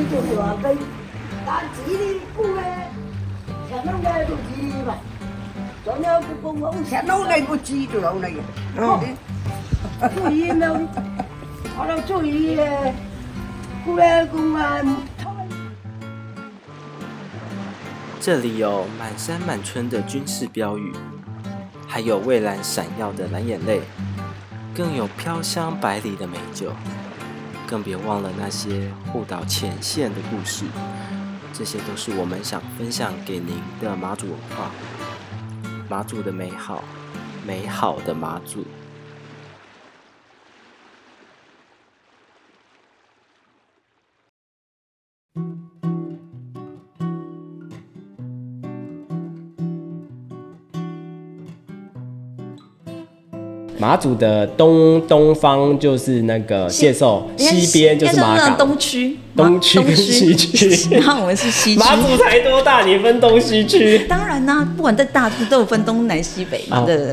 就是话跟打几里不嘞，像那个都几里吧，昨天不公我像那个不记住了那个，注意没有？好了，注意嘞，过来公安。 这里有满山满村的军事标语，还有蔚蓝闪耀的蓝眼泪，更有飘香百里的美酒，更别忘了那些护岛前线的故事。这些都是我们想分享给您的马祖文化，马祖的美好，美好的马祖。 马祖的东方就是那个蟹寿，西边就是马港， 东区跟西区， 然后我们是西区。 马祖才多大，你分东西区？ 当然啦、不管在大都有分东南西北嘛，对不对？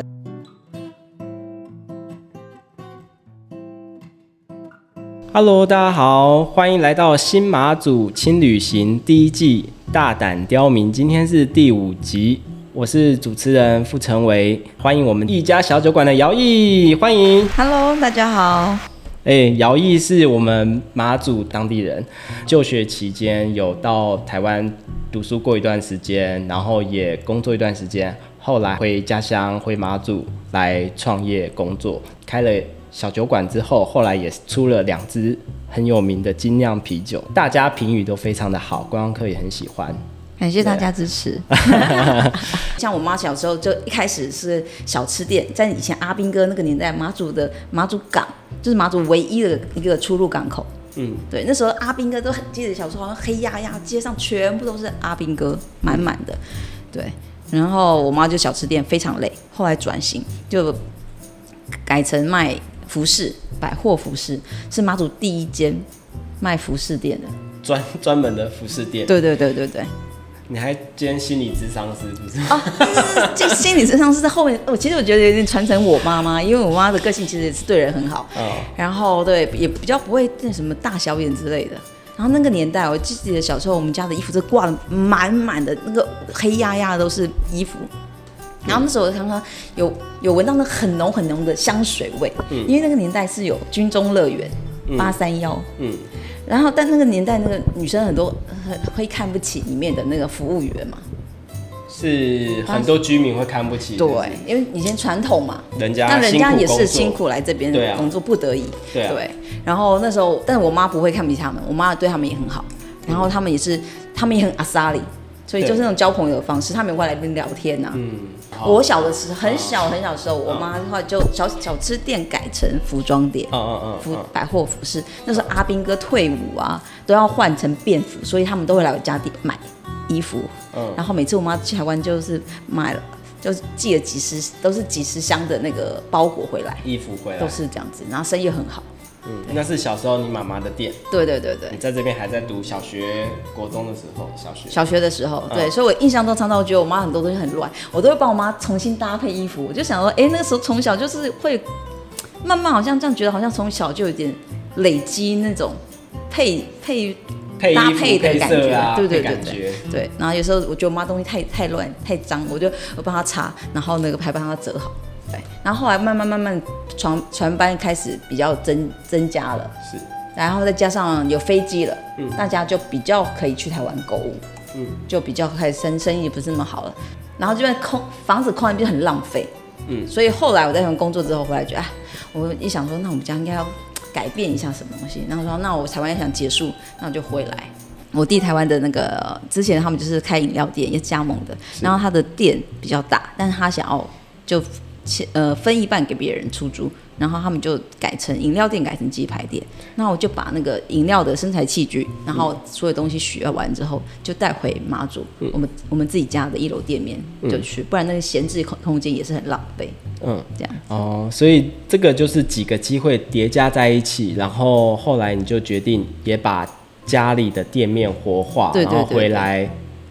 Hello， 大家好，欢迎来到新马祖轻旅行第一季大胆刁民，今天是第5集。我是主持人傅成维，欢迎我们一家小酒馆的姚毅，欢迎。 Hello， 大家好。 姚毅是我们马祖当地人，就学期间有到台湾读书过一段时间，然后也工作一段时间，后来回家乡回马祖来创业工作，开了小酒馆之后，后来也出了2支很有名的精酿啤酒，大家评语都非常的好，观光客也很喜欢。 感谢大家支持。像我妈小时候就一开始是小吃店，在以前阿兵哥那个年代，马祖港就是马祖唯一的一个出入港口。对，那时候阿兵哥都很记得小时候好像黑压压，街上全部都是阿兵哥，满满的。对，然后我妈就小吃店非常累，后来转型就改成卖服饰，百货服饰，是马祖第一间卖服饰店的， 专门的服饰店。 对。 你还兼心理咨商师不是？ 这心理咨商师在后面，其实我觉得有点传承我妈妈，因为我妈的个性其实也是对人很好，然后对也比较不会那什么大小眼之类的。然后那个年代，我记得小时候我们家的衣服就挂了满满的那个黑压压的都是衣服。然后那时候我常常有闻到那很浓很浓的香水味，因为那个年代是有军中乐园831，然后但那个年代那个女生很多会看不起里面的那个服务员嘛， 是很多居民会看不起， 对，因为以前传统嘛， 人家也是辛苦来这边工作，不得已，对。然后那时候，但我妈不会看不起他们，我妈对他们也很好，然后他们也很阿萨里。所以就是那种交朋友的方式，他们会来这边聊天呐。我小的时候，很小的时候，我妈的话就小吃店改成服装店，百货服饰。那时候阿兵哥退伍啊，都要换成便服，所以他们都会来我家店买衣服。然后每次我妈去台湾就是买了，就是寄了都是几十箱的那个包裹回来， 衣服回来， 都是这样子，然后生意很好。 那是小时候你妈妈的店。对。你在这边还在读小学、国中的时候，小学的时候，对，所以我印象中常常我觉得我妈很多东西很乱，我都会帮我妈重新搭配衣服。我就想说，那个时候从小就是会慢慢好像这样觉得，好像从小就有点累积那种配搭配的感觉，对。然后有时候我觉得我妈东西太乱太脏，我帮她擦，然后那个还帮她折好。对，然后后来慢慢船班开始比较增加了，是，然后再加上有飞机了，大家就比较可以去台湾购物，就比较开始生意不是那么好了，然后这边房子空了就很浪费，所以后来我在台湾工作之后回来觉得，我一想说，那我们家应该要改变一下什么东西，然后说那我台湾也想结束，那我就回来。我弟台湾的那个之前他们就是开饮料店，也是加盟的，然后他的店比较大，但是他想要就分一半给别人出租，然后他们就改成饮料店，改成鸡排店。那我就把那个饮料的生产器具，然后所有东西学完之后，就带回马祖，我们自己家的1楼店面就去，不然那个闲置空间也是很浪费。这样。 所以这个就是几个机会叠加在一起，然后后来你就决定也把家里的店面活化，然后回来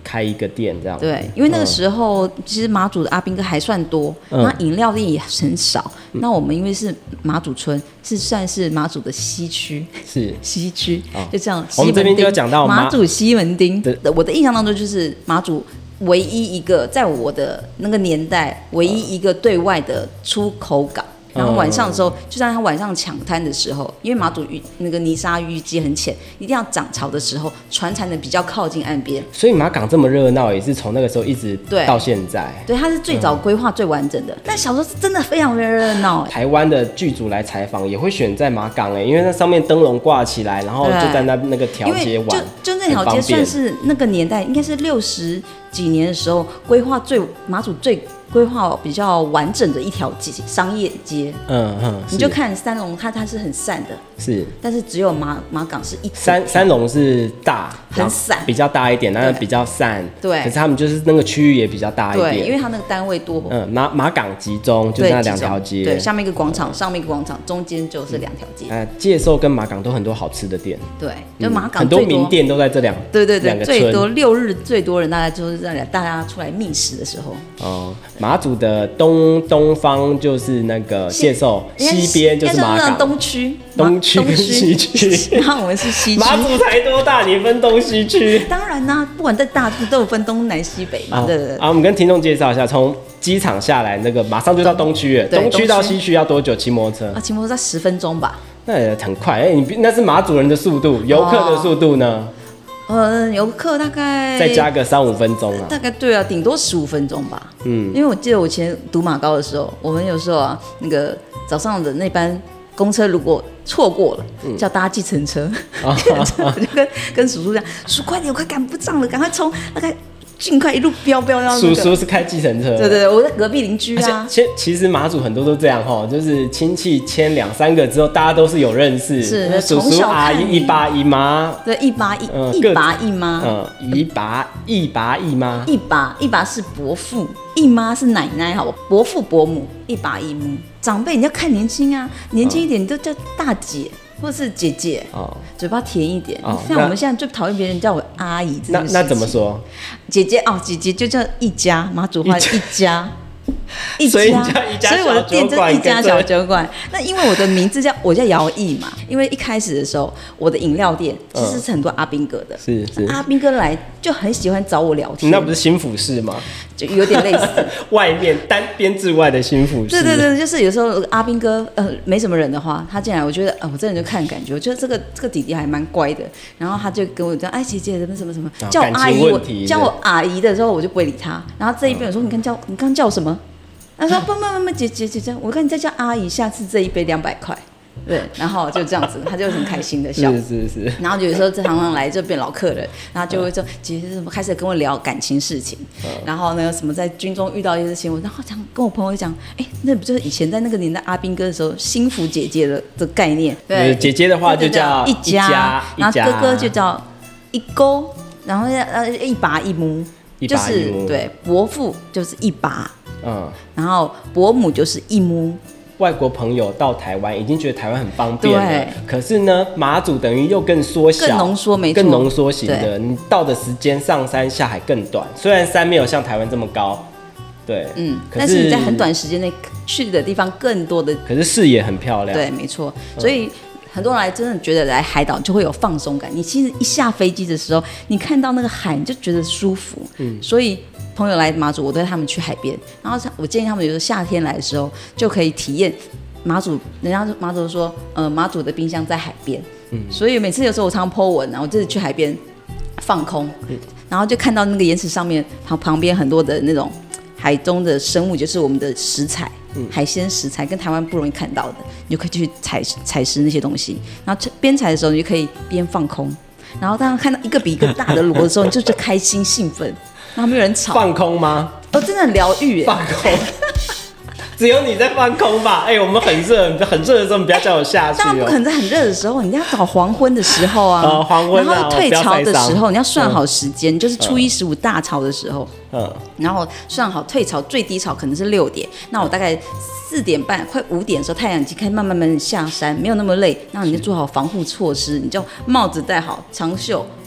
开一个店这样。 对，因为那个时候、其实马祖的阿兵哥还算多，那饮料店也很少。那我们因为是马祖村，是算是马祖的西区， 是西区、就这样。 我们这边就讲到马祖西门町对， 我的印象当中就是马祖唯一一个在我的那个年代唯一一个对外的出口港。然后晚上的时候，就算他晚上抢滩的时候，因为马祖那个泥沙淤积很浅，一定要涨潮的时候，船才能比较靠近岸边。 所以马港这么热闹，也是从那个时候一直到现在。 对，它是最早规划最完整的。但小时候是真的非常的热闹。 台湾的剧组来采访也会选在马港因为那上面灯笼挂起来，然后就在那个条街玩。 就那条街算是那个年代，应该是60几年的时候规划马祖最规划比较完整的一条街，商业街。你就看三龙，它是很散的， 是， 但是只有马港是一三龙是大， 很散， 比较大一点，但是比较散。 对， 可是他们就是那个区域也比较大一点。 对，因为它那个单位多。 马港集中就是那2条街。 对，下面一个广场，上面一个广场，中间就是2条街。 介寿跟马港都很多好吃的店。 对，就马港很多名店都在这两对两个村。 最多6日最多人大概就是在大家出来觅食的时候。 马祖的东方就是那个介寿，西边就是马港。 东区、 西区。 然后我们是西区。 马祖才多大，你分东西区？ 当然啦，不管在大都有分东南西北嘛。对。 我们跟听众介绍一下，从机场下来那个马上就到东区了。东区到西区要多久？骑摩托车？ 骑摩托车10分钟吧。 那也很快。你那是马祖人的速度，游客的速度呢？ 游客大概再加个3-5分钟啊， 大概对啊，顶多15分钟吧。因为我记得我以前读马高的时候，我们有时候那个早上的那班公车如果错过了，叫搭计程车，我就跟叔叔讲，叔快点，我快赶不上了，赶快冲，大概尽快一路飙到叔叔是开计程车。 对，我在隔壁邻居啊。 其实马祖很多都这样就是亲戚签2-3个之后，大家都是有认识， 是叔叔阿姨、姨爸姨妈， 对，一爸姨妈， 一爸姨妈， 一爸是伯父，姨妈是奶奶，好吧，伯父伯母，一爸姨母。长辈你要看年轻啊，年轻一点你都叫大姐或是姐姐，嘴巴甜一点。像我们现在最讨厌别人叫我阿姨这件事情。 那怎么说？ 姐姐就叫一家，马祖话一家。 所以我的店就一家小酒馆。那因为我的名字我叫姚毅嘛，因为一开始的时候，我的饮料店其实是很多阿兵哥的， 是阿兵哥来就很喜欢找我聊天。 那不是新府市吗？ 就有点类似， 外面单编制外的新府市。 对，就是有时候阿兵哥没什么人的话，他进来，我觉得我这人就看感觉，我觉得这个弟弟还蛮乖的，然后他就跟我讲，哎姐姐什么，叫我阿姨，叫我阿姨的时候我就不会理他，然后这一边我说你刚叫我什么？他说不，姐姐，我看你再叫阿姨，下次这一杯200块。对，然后就这样子，他就很开心的笑。 是。 然后有时候常常来这变老客人，然后就会说姐姐怎么开始跟我聊感情事情，然后呢什么在军中遇到一些事情，然后讲跟我朋友讲，那不就是以前在那个年代阿兵哥的时候心服姐姐的概念？对， 姐姐的话就叫一家， 然后哥哥就叫一勾，然后一拔一母，就是对，伯父就是一拔。然后伯母就是一母。 外国朋友到台湾已经觉得台湾很方便了，可是呢，马祖等于又更缩小、 更浓缩，没错， 更浓缩型的。你到的时间上山下海更短，虽然山没有像台湾这么高，对， 但是你在很短时间内去的地方更多的， 可是视野很漂亮， 对，没错，所以。很多人来真的觉得来海岛就会有放松感。你其实一下飞机的时候，你看到那个海，你就觉得舒服。所以朋友来马祖，我都带他们去海边。然后我建议他们，有时候夏天来的时候就可以体验马祖。人家马祖说，马祖的冰箱在海边。所以每次有时候我常常 po 文，然后我就是去海边放空，然后就看到那个岩石上面旁边很多的那种海中的生物，就是我们的食材。海鲜食材跟台湾不容易看到的，你就可以去采食那些东西。然后边采的时候，你就可以边放空。然后当看到一个比一个大的螺的时候，你就开心兴奋。然后没有人吵。 放空吗？ 真的很疗愈耶。 放空。只有你在放空吧？我们很热的时候，你不要叫我下去。 当然不可能在很热的时候，你要找黄昏的时候啊。 黄昏然后退潮的时候，你要算好时间，就是初一15大潮的时候。然后算好退潮最低潮可能是6点，那我大概4点半快5点的时候，太阳已经开始慢慢下山，没有那么累。那你就做好防护措施，你就帽子戴好，长袖。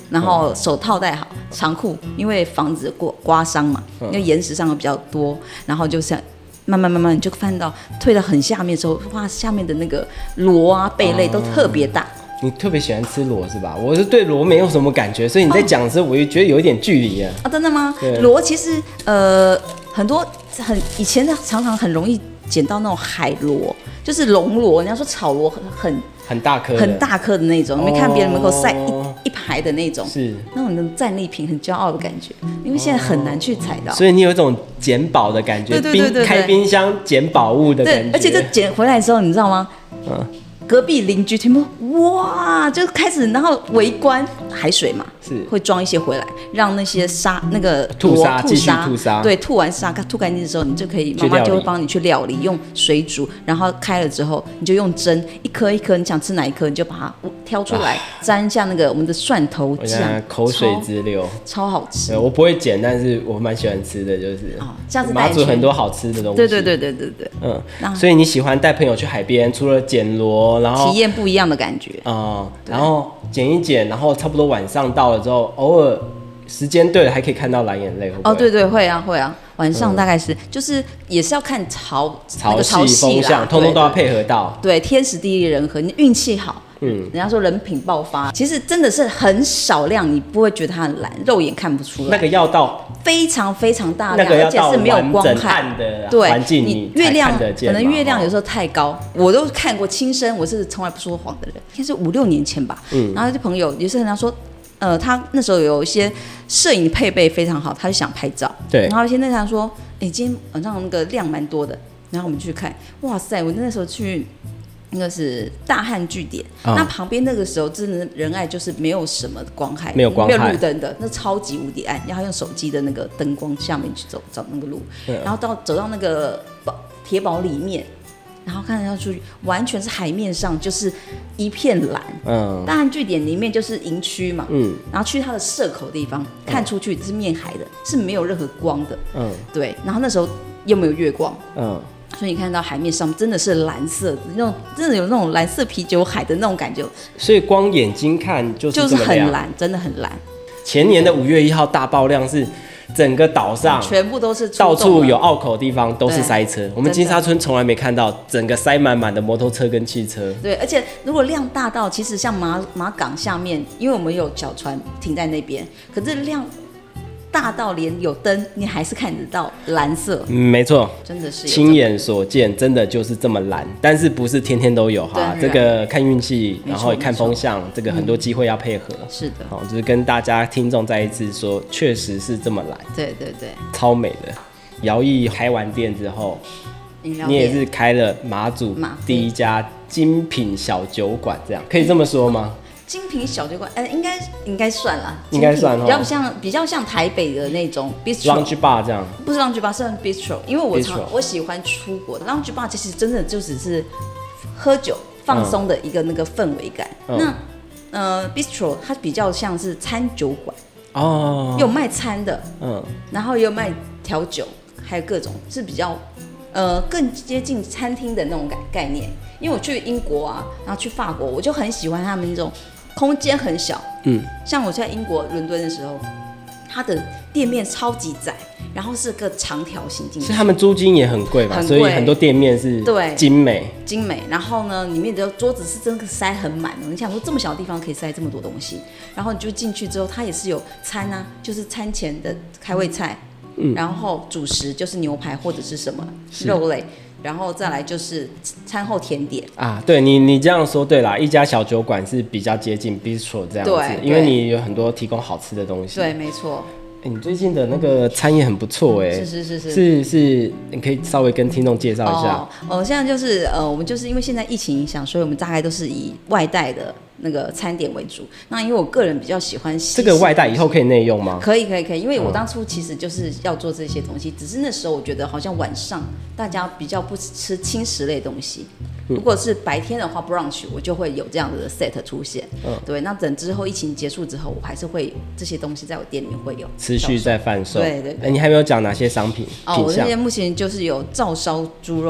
然后手套戴好，长裤，因为防止刮伤嘛，因为岩石上会比较多，然后就是慢慢你就看到退到很下面的时候，哇，下面的那个螺啊贝类都特别大。 你特别喜欢吃螺是吧？我是对螺没有什么感觉，所以你在讲的时候，我就觉得有一点距离啊。 真的吗？ 对， 螺其实很多以前常常很容易捡到那种海螺，就是龙螺，人家说草螺很大颗的那种，你没看别人门口晒一排的那种， 是那种的战利品，很骄傲的感觉。因为现在很难去采到， 所以你有一种捡宝的感觉， 对， 开冰箱捡宝物的感觉。 对，而且这捡回来之后，你知道吗？隔壁邻居全部哇，就开始然后围观海水嘛， 是会装一些回来，让那些那个吐沙继续吐沙， 对，吐完沙吐干净的时候，你就可以妈妈就会帮你去料理，用水煮，然后开了之后，你就用蒸一颗一颗，你想吃哪一颗你就把它挑出来，沾一下那个我们的蒜头酱， 口水直流， 超好吃。 我不会捡，但是我蛮喜欢吃的，就是下次马祖很多好吃的东西。 对， 所以你喜欢带朋友去海边，除了捡螺，然后体验不一样的感觉。 然后捡一捡，然后差不多晚上到了之后，偶尔时间对了，还可以看到蓝眼泪。 对，会啊。晚上大概是就是也是要看潮汐风向，通通都要配合到。 对，天时地利人和，你运气好。人家说人品爆发，其实真的是很少量，你不会觉得它很蓝，肉眼看不出来。 那个要到非常非常大量， 而且是没有光害的环境， 你月亮可能月亮有时候太高，我都看过亲身，我是从来不说谎的人，应该是5、6年前吧。然后这朋友也是跟他说，他那时候有一些摄影配备非常好，他就想拍照。 对， 然后现在他说，今天晚上那个亮蛮多的，然后我们去看，哇塞，我那时候去。那个是大汉据点，那旁边那个时候真的仁爱就是没有什么光害， 没有光害， 没有路灯的，那超级无敌暗，要用手机的那个灯光下面去找那个路，然后走到那个铁堡里面，然后看到出去完全是海面上就是一片蓝，大汉据点里面就是营区嘛，然后去它的射口地方看出去是面海的，是没有任何光的，对，然后那时候又没有月光，所以你看到海面上真的是蓝色的，那种真的有那种蓝色啤酒海的那种感觉。 所以光眼睛看就是很蓝，真的很蓝。 前年的5月1号大爆量是整个岛上全部都是到处有澳口的地方都是塞车。我们金沙村从来没看到整个塞满满的摩托车跟汽车。 对，而且如果量大到，其实像马港下面，因为我们有小船停在那边，可是量大到连有灯你还是看得到蓝色。 没错， 真的是亲眼所见，真的就是这么蓝，但是不是天天都有哈，这个看运气，然后看风向，这个很多机会要配合。 是的， 就是跟大家听众再一次说，确实是这么蓝。 对， 超美的。姚毅开完店之后，你也是开了马祖第一家精品小酒馆，这样可以这么说吗？ 精品小酒馆，应该算啦， 应该算比较像台北的那种 bistro、lounge bar 这样， 不是 lounge bar， 是 bistro， 因为我喜欢出国的 lounge bar， 其实真的就只是喝酒放松的一个那个氛围感。那bistro 它比较像是餐酒馆有卖餐的，然后也有卖调酒，还有各种是比较更接近餐厅的那种概念。因为我去英国啊，然后去法国，我就很喜欢他们那种空间很小，像我在英国伦敦的时候，它的店面超级窄，然后是个长条形进去， 是他们租金也很贵吧？所以很多店面是精美，然后呢，里面的桌子是真的塞很满的。你想说这么小的地方可以塞这么多东西，然后你就进去之后，它也是有餐啊，就是餐前的开胃菜，然后主食就是牛排或者是什么肉类。然后再来就是餐后甜点啊，对你这样说对啦，一家小酒馆是比较接近 bistro 这样子，因为你有很多提供好吃的东西。 对，没错。 你最近的那个餐也很不错哎，是，你可以稍微跟听众介绍一下。 现在就是我们就是因为现在疫情影响，所以我们大概都是以外带的那个餐点为主。那因为我个人比较喜欢这个外带以后可以内用吗？ 可以，因为我当初其实就是要做这些东西，只是那时候我觉得好像晚上大家比较不吃轻食类东西。如果是白天的话 brunch 我就会有这样的 set 出现。对，那等之后疫情结束之后，我还是会这些东西在我店里面会有持续在贩售。 对， 你还没有讲哪些商品？ 我这边目前就是有照烧猪肉，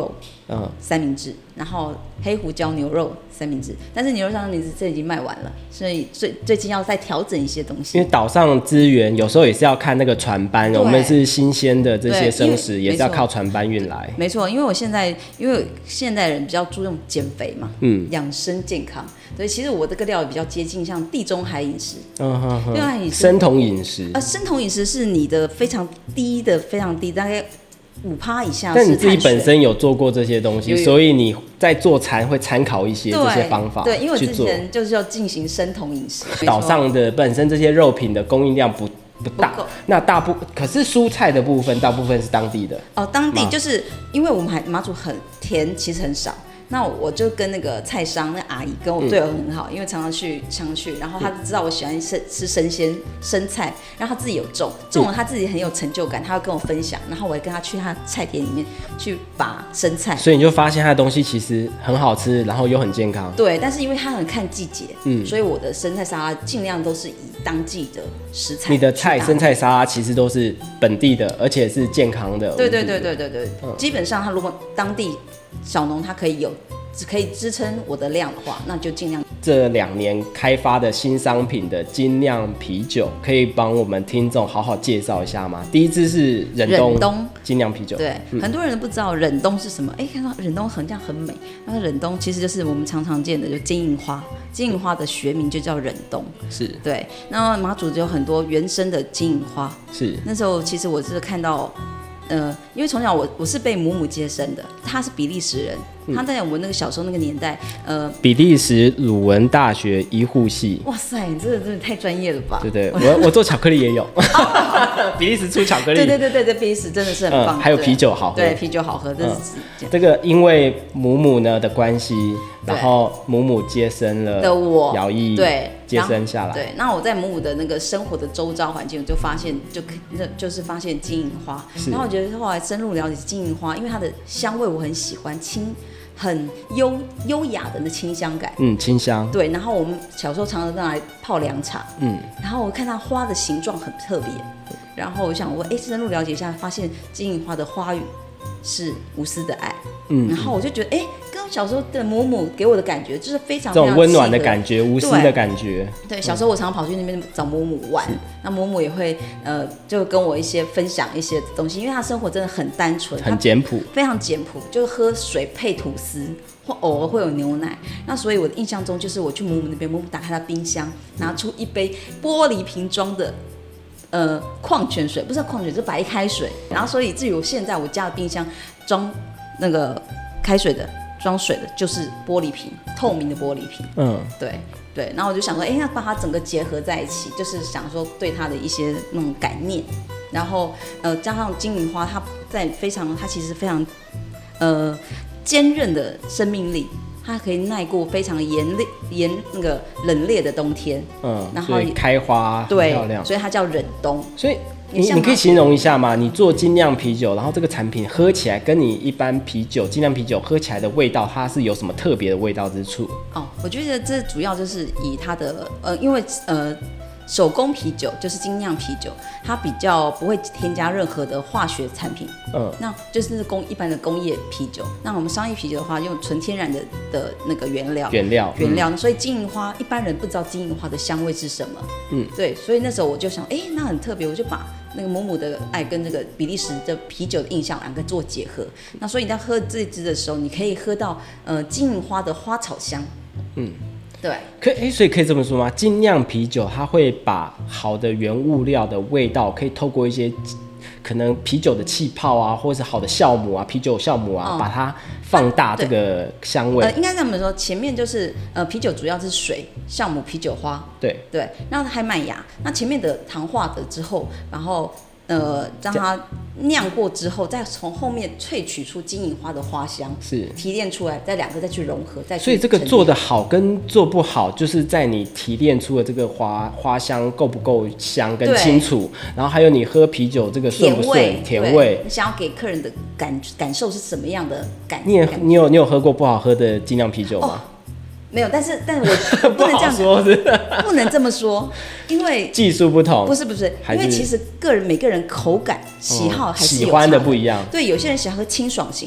三明治，然后黑胡椒牛肉三明治，但是牛肉三明治这已经卖完了，所以最近要再调整一些东西。 因为岛上资源有时候也是要看那个船班，我们是新鲜的这些生食也是要靠船班运来。 没错，因为现代人比较注重减肥嘛，养生健康，所以其实我这个料理比较接近像地中海饮食，地中海饮食生酮饮食， 生酮饮食是你的非常低，大概5%以下。 但你自己本身有做过这些东西，所以你在做餐会参考一些这些方法去做。 对，因为我之前就是要进行生酮饮食。 岛上的本身这些肉品的供应量不大，那可是蔬菜的部分大部分是当地的。 当地就是因为我们马祖很甜，其实很少。那我就跟那个菜商那阿姨跟我对我很好，因为常常去，然后她知道我喜欢吃生菜，然后她自己有种了，她自己很有成就感，她会跟我分享，然后我会跟她去她菜田里面去拔生菜， 所以你就发现她的东西其实很好吃，然后又很健康。 对，但是因为她很看季节，所以我的生菜沙拉尽量都是以当季的食材。 你的生菜沙拉其实都是本地的，而且是健康的。 对，基本上她如果当地小农他可以支撑我的量的话，那就尽量。 这2年开发的新商品的精酿啤酒，可以帮我们听众好好介绍一下吗？第一支是忍冬精酿啤酒。 对，很多人都不知道忍冬是什么。看到忍冬很像很美，那忍冬其实就是我们常见的就金银花，金银花的学名就叫忍冬。 是。 对，那马祖就有很多原生的金银花。 是。 那时候其实我是看到。因为从小我是被母母接生的，他是比利时人，他在我那个小时候那个年代， 比利时鲁文大学医护系。 哇塞，你真的太专业了吧？ 对，我做巧克力也有，比利时出巧克力。 对，比利时真的是很棒。 还有啤酒好喝。 对，啤酒好喝， 这个因为母母呢的关系，然后母母接生了的我姚毅， 对， 接生下来。 对，那我在母母的那个生活的周遭环境，我就发现就是发现金银花，然后我觉得后来深入了解金银花，因为它的香味我很喜欢，很优雅的那清香感。 清香。 对，然后我们小时候常常拿来泡凉茶。然后我看它花的形状很特别，然后我想深入了解一下，发现金银花的花语是无私的爱。然后我就觉得跟小时候的母母给我的感觉就是非常这种温暖的感觉，无私的感觉。 对，小时候我常常跑去那边找母母玩，那母母也会就跟我分享一些东西，因为她生活真的很单纯， 很简朴， 非常简朴，就是喝水配吐司，或偶尔会有牛奶。那所以我的印象中就是我去母母那边，母母打开她冰箱，拿出一杯玻璃瓶装的矿泉水，不是矿泉水，是白开水。然后所以至于我现在我家的冰箱装那个开水的。装水的就是玻璃瓶，透明的玻璃瓶。对，然后我就想说，那把它整个结合在一起，就是想说对它的一些那种感念，然后加上金银花，它其实非常坚韧的生命力，它可以耐过非常那个冷冽的冬天。然后开花很漂亮， 所以它叫忍冬。 所以你可以形容一下吗？你做精酿啤酒，然后这个产品喝起来跟你一般精酿啤酒喝起来的味道，它是有什么特别的味道之处？ 我觉得这主要就是以它的因为手工啤酒就是精酿啤酒，它比较不会添加任何的化学产品。那就是一般的工业啤酒。那我们商业啤酒的话，用纯天然的那个原料。所以金银花一般人不知道金银花的香味是什么。对，所以那时候我就想，那很特别，我就把那个母母的爱跟那个比利时的啤酒的印象两个做结合。那所以你在喝这支的时候，你可以喝到金银花的花草香。对， 所以可以这么说吗？精酿啤酒它会把好的原物料的味道，可以透过一些可能啤酒的气泡啊，或者是好的酵母啊，啤酒酵母啊，把它放大这个香味。 应该这么说，前面就是啤酒主要是水、酵母、啤酒花。对，然后还麦芽。那前面的糖化的之后，然后让它酿过之后，再从后面萃取出金银花的花香，是提炼出来，再两个再去融合，再去。 所以这个做得好跟做不好，就是在你提炼出的这个花香够不够香跟清楚，然后还有你喝啤酒这个顺不顺甜味， 你想要给客人的感受是什么样的感？ 你有喝过不好喝的精酿啤酒吗？ 没有，但是我不能这样说，不能这么说，因为技术不同。 不是，因为其实每个人口感喜好还是有喜欢的不一样。 对，有些人喜欢喝清爽型的，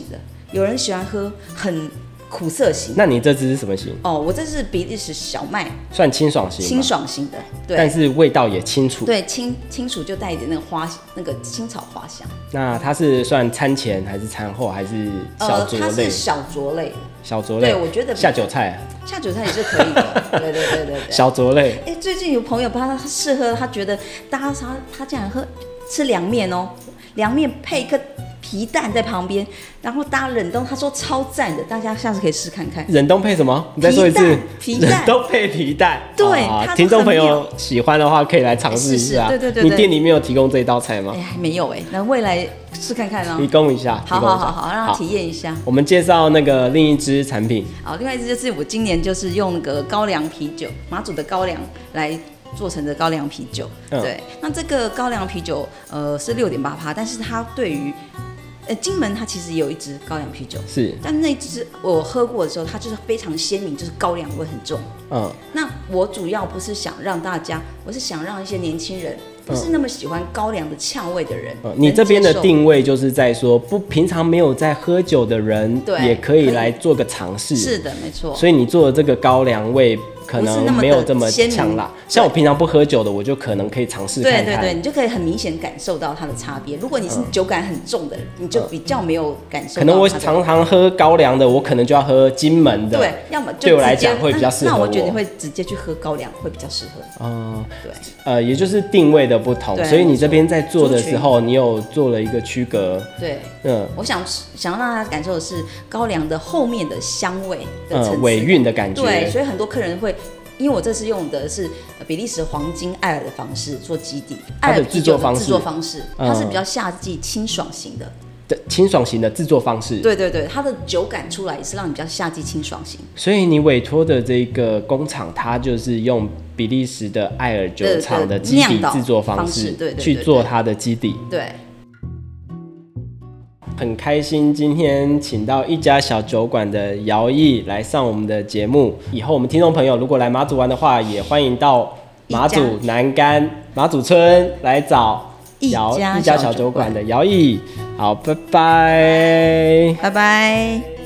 有人喜欢喝很苦涩型。 那你这支是什么型？ 哦，我这是比利时小麦， 算清爽型吗？ 清爽型的，对。 但是味道也清楚。 对，清楚就带一点那个青草花香。 那它是算餐前还是餐后还是小酌类？ 它是小酌类的。 小酌类， 对，我觉得下酒菜。 下酒菜也是可以的。对。 小酌类。 最近有朋友他试喝，他觉得他竟然吃凉面哦，凉面配一颗皮蛋在旁边，然后搭冷冻，他说超赞的，大家下次可以试看看。 冷冻配什么？你再说一次。 皮蛋。 冷冻配皮蛋。 对， 听众朋友喜欢的话，可以来尝试一下。 对。 你店里面有提供这一道菜吗？ 还没有那未来试看看哦。 提供一下。 好，让他体验一下。 我们介绍那个另一支产品。 好，另外一支就是我今年就是用那个高粱啤酒，马祖的高粱来做成的高粱啤酒。对，那这个高粱啤酒是6.8%，但是它对于金门它其实也有一支高粱啤酒， 是， 但那支我喝过的时候，它就是非常鲜明，就是高粱味很重。那我主要不是想让大家，我是想让一些年轻人不是那么喜欢高粱的呛味的人， 你这边的定位就是在说，平常没有在喝酒的人，也可以来做个尝试。 是的，没错。 所以你做的这个高粱味可能没有这么呛辣，像我平常不喝酒的，我就可能可以尝试看看。 对，你就可以很明显感受到它的差别。如果你是酒感很重的人，你就比较没有感受到。 可能我常常喝高粱的，我可能就要喝金门的。 对，要么就对我来讲会比较适合我。 那我觉得你会直接去喝高粱会比较适合。 对。也就是定位的不同，所以你这边在做的时候，你有做了一个区隔。 对，我想让大家感受的是高粱的后面的香味的层次， 尾韵的感觉。 对，所以很多客人会。因为我这次用的是比利时黄金艾尔的方式做基底， 它的制作方式，它是比较夏季清爽型的。 清爽型的制作方式。 对，它的酒感出来也是让你比较夏季清爽型。 所以你委托的这个工厂，它就是用比利时的艾尔酒厂的基底制作方式，去做它的基底。 对。 很开心今天请到一家小酒馆的姚毅来上我们的节目。以后我们听众朋友如果来马祖玩的话，也欢迎到马祖南竿马祖村来找一家小酒馆的姚毅。好，拜拜， 拜拜。